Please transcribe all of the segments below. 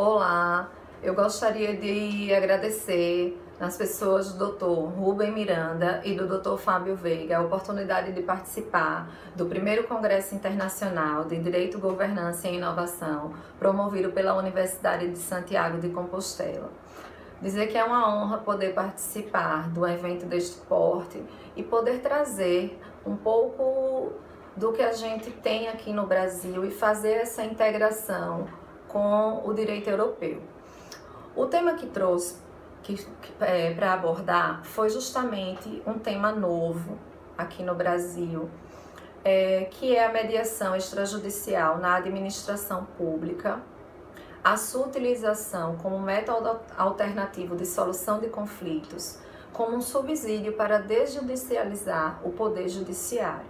Olá, eu gostaria de agradecer às pessoas do Dr. Rubem Miranda e do Dr. Fábio Veiga a oportunidade de participar do primeiro Congresso Internacional de Direito, Governança e Inovação, promovido pela Universidade de Santiago de Compostela. Dizer que é uma honra poder participar de um evento deste porte e poder trazer um pouco do que a gente tem aqui no Brasil e fazer essa integração com o direito europeu. O tema que trouxe para abordar foi justamente um tema novo aqui no Brasil, que é a mediação extrajudicial na administração pública, a sua utilização como método alternativo de solução de conflitos, como um subsídio para desjudicializar o poder judiciário.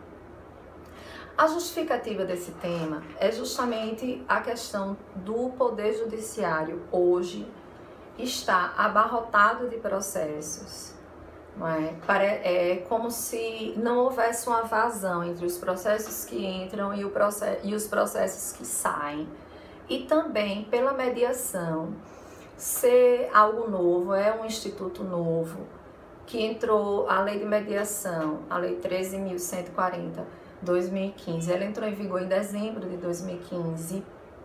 A justificativa desse tema é justamente a questão do poder judiciário hoje está abarrotado de processos. Não é? É como se não houvesse uma vazão entre os processos que entram e os processos que saem. E também pela mediação ser algo novo, é um instituto novo, que entrou a lei de mediação, a lei 13.140, 2015, ela entrou em vigor em dezembro de 2015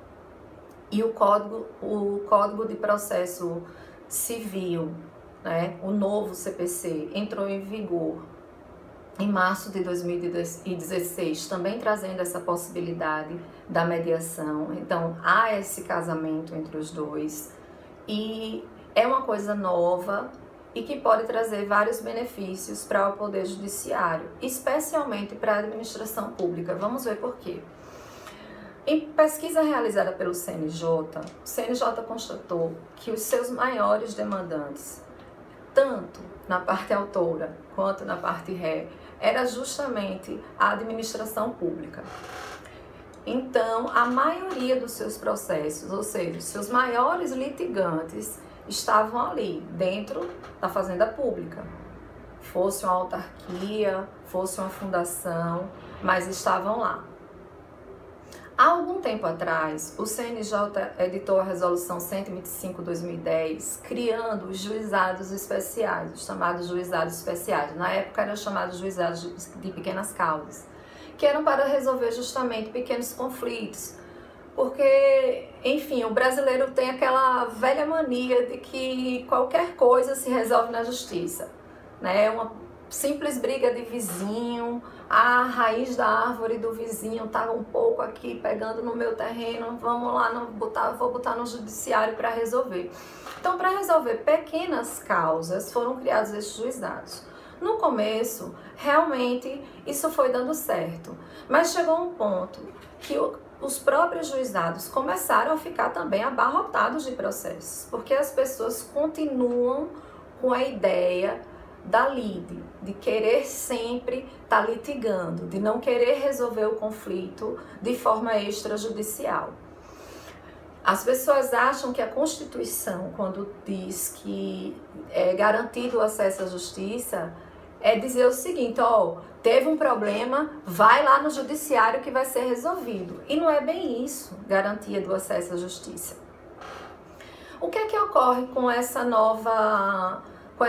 e o Código de Processo Civil, né, o novo CPC, entrou em vigor em março de 2016, também trazendo essa possibilidade da mediação. Então, há esse casamento entre os dois e é uma coisa nova e que pode trazer vários benefícios para o Poder Judiciário, especialmente para a administração pública. Vamos ver por quê. Em pesquisa realizada pelo CNJ, o CNJ constatou que os seus maiores demandantes, tanto na parte autora quanto na parte ré, era justamente a administração pública. Então, a maioria dos seus processos, ou seja, os seus maiores litigantes, estavam ali, dentro da fazenda pública. Fosse uma autarquia, fosse uma fundação, mas estavam lá. Há algum tempo atrás, o CNJ editou a Resolução 125/2010, criando os juizados especiais, os chamados juizados especiais. Na época eram chamados juizados de pequenas causas, que eram para resolver justamente pequenos conflitos. Porque, enfim, o brasileiro tem aquela velha mania de que qualquer coisa se resolve na justiça, né? Uma simples briga de vizinho, a raiz da árvore do vizinho está um pouco aqui pegando no meu terreno, vamos lá, vou botar no judiciário para resolver. Então, para resolver pequenas causas, foram criados esses juizados. No começo, realmente, isso foi dando certo, mas chegou um ponto que os próprios juizados começaram a ficar também abarrotados de processos, porque as pessoas continuam com a ideia da lide, de querer sempre estar litigando, de não querer resolver o conflito de forma extrajudicial. As pessoas acham que a Constituição, quando diz que é garantido o acesso à justiça, é dizer o seguinte, ó, teve um problema, vai lá no judiciário que vai ser resolvido. E não é bem isso, garantia do acesso à justiça. O que é que ocorre com essa nova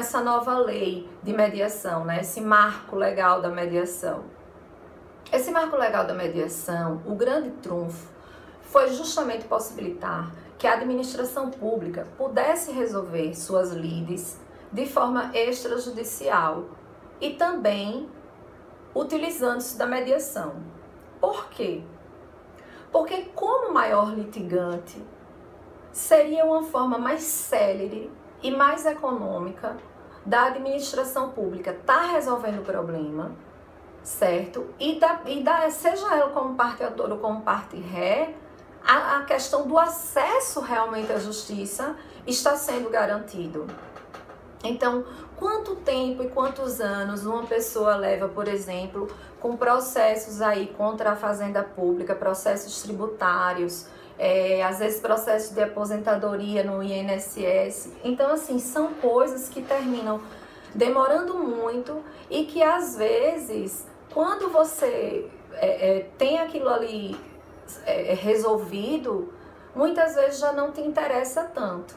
lei de mediação, né? Esse marco legal da mediação? Esse marco legal da mediação, o grande trunfo, foi justamente possibilitar que a administração pública pudesse resolver suas lides de forma extrajudicial e também utilizando-se da mediação. Por quê? Porque como maior litigante, seria uma forma mais célere e mais econômica da administração pública estar resolvendo o problema, certo? E seja ela como parte autora ou como parte ré, a questão do acesso realmente à justiça está sendo garantido. Então, quanto tempo e quantos anos uma pessoa leva, por exemplo, com processos aí contra a fazenda pública, processos tributários, às vezes processos de aposentadoria no INSS. Então, assim, são coisas que terminam demorando muito e que, às vezes, quando você tem aquilo ali resolvido, muitas vezes já não te interessa tanto.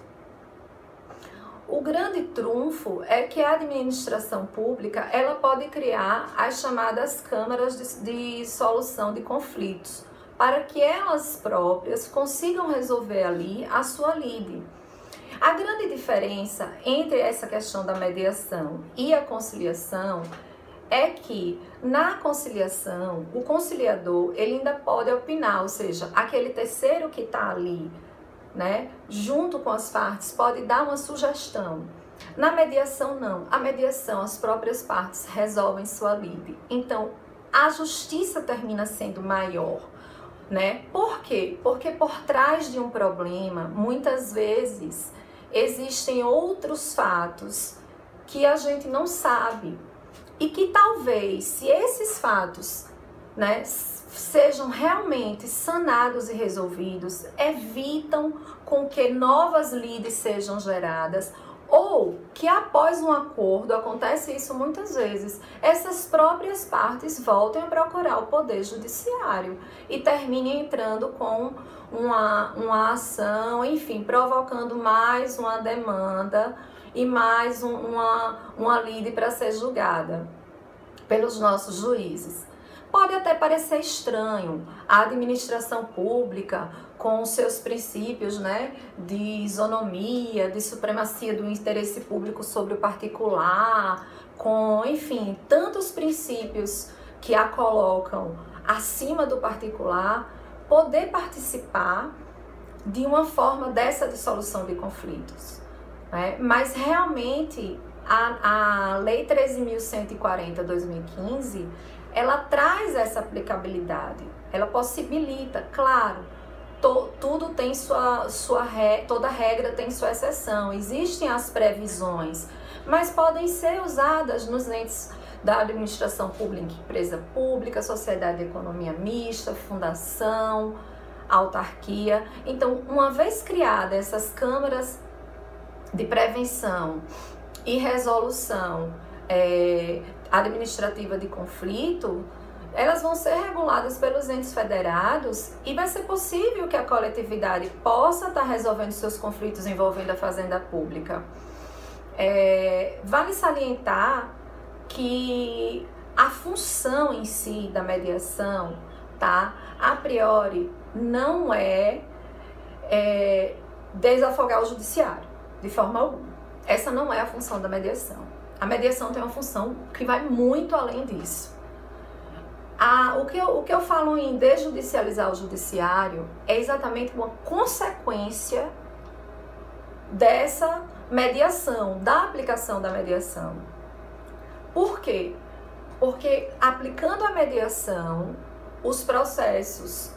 O grande trunfo é que a administração pública, ela pode criar as chamadas câmaras de solução de conflitos, para que elas próprias consigam resolver ali a sua lide. A grande diferença entre essa questão da mediação e a conciliação é que na conciliação, o conciliador ele ainda pode opinar, ou seja, aquele terceiro que está ali, né, junto com as partes, pode dar uma sugestão. Na mediação, não. A mediação, as próprias partes resolvem sua lide. Então, a justiça termina sendo maior, né? Por quê? Porque por trás de um problema, muitas vezes, existem outros fatos que a gente não sabe. E que talvez, se esses fatos, né, sejam realmente sanados e resolvidos, evitam com que novas lides sejam geradas, ou que após um acordo, acontece isso muitas vezes, essas próprias partes voltem a procurar o Poder Judiciário e terminem entrando com uma ação, enfim, provocando mais uma demanda e mais uma lide para ser julgada pelos nossos juízes. Pode até parecer estranho a administração pública com os seus princípios, né, de isonomia, de supremacia do interesse público sobre o particular, com, enfim, tantos princípios que a colocam acima do particular, poder participar de uma forma dessa de solução de conflitos. Mas realmente a Lei 13.140/2015, ela traz essa aplicabilidade, ela possibilita, claro, tudo tem toda regra tem sua exceção, existem as previsões, mas podem ser usadas nos entes da administração pública, empresa pública, sociedade de economia mista, fundação, autarquia. Então, uma vez criadas essas câmaras de prevenção e resolução administrativa de conflito, elas vão ser reguladas pelos entes federados e vai ser possível que a coletividade possa estar resolvendo seus conflitos envolvendo a fazenda pública. Vale salientar que a função em si da mediação, tá, a priori, não é desafogar o judiciário, de forma alguma. Essa não é a função da mediação. A mediação tem uma função que vai muito além disso. O que eu falo em desjudicializar o judiciário é exatamente uma consequência dessa mediação, da aplicação da mediação. Por quê? Porque aplicando a mediação, os processos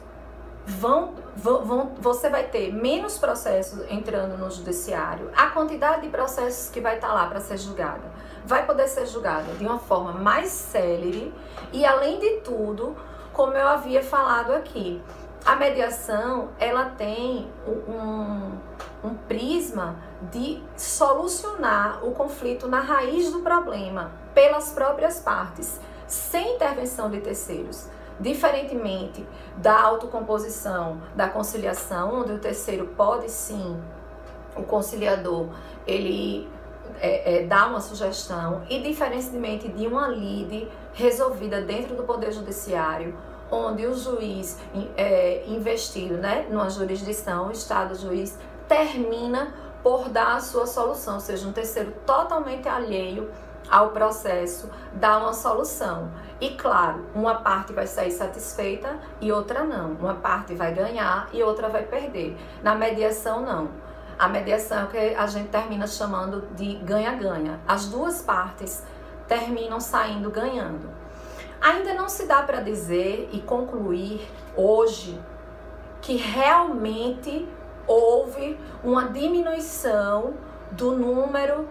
você vai ter menos processos entrando no judiciário, a quantidade de processos que vai estar lá para ser julgada vai poder ser julgada de uma forma mais célere e, além de tudo, como eu havia falado aqui, a mediação ela tem um prisma de solucionar o conflito na raiz do problema pelas próprias partes, sem intervenção de terceiros. Diferentemente da autocomposição, da conciliação, onde o terceiro pode sim, o conciliador, ele dá uma sugestão, e diferentemente de uma lide resolvida dentro do Poder Judiciário, onde o juiz investido, né, numa jurisdição, o Estado juiz, termina por dar a sua solução, ou seja, um terceiro totalmente alheio ao processo, dá uma solução. E claro, uma parte vai sair satisfeita e outra não. Uma parte vai ganhar e outra vai perder. Na mediação, não. A mediação é o que a gente termina chamando de ganha-ganha. As duas partes terminam saindo ganhando. Ainda não se dá para dizer e concluir hoje que realmente houve uma diminuição do número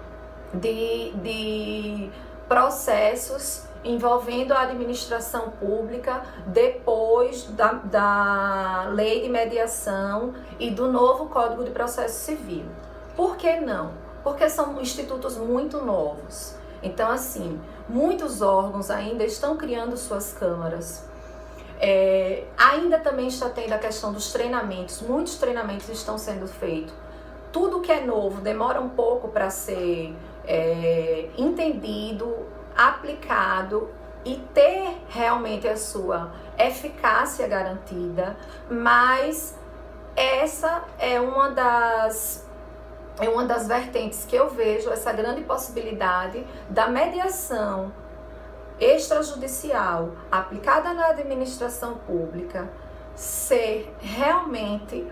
de processos envolvendo a administração pública depois da lei de mediação e do novo Código de Processo Civil. Por que não? Porque são institutos muito novos. Então, assim, muitos órgãos ainda estão criando suas câmaras. Ainda também está tendo a questão dos treinamentos, muitos treinamentos estão sendo feitos. Tudo que é novo demora um pouco para ser entendido, aplicado e ter realmente a sua eficácia garantida, mas essa é uma das vertentes que eu vejo, essa grande possibilidade da mediação extrajudicial aplicada na administração pública ser realmente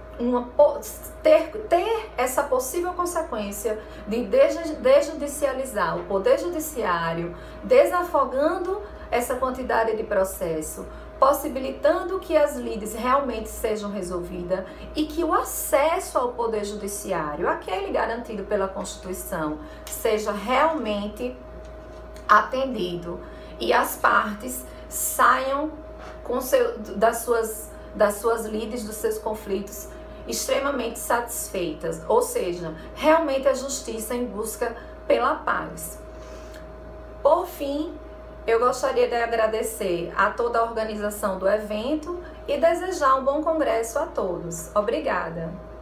ter essa possível consequência de desjudicializar o Poder Judiciário, desafogando essa quantidade de processo, possibilitando que as lides realmente sejam resolvidas e que o acesso ao Poder Judiciário, aquele garantido pela Constituição, seja realmente atendido e as partes saiam das suas lides, dos seus conflitos, extremamente satisfeitas, ou seja, realmente a justiça em busca pela paz. Por fim, eu gostaria de agradecer a toda a organização do evento e desejar um bom congresso a todos. Obrigada!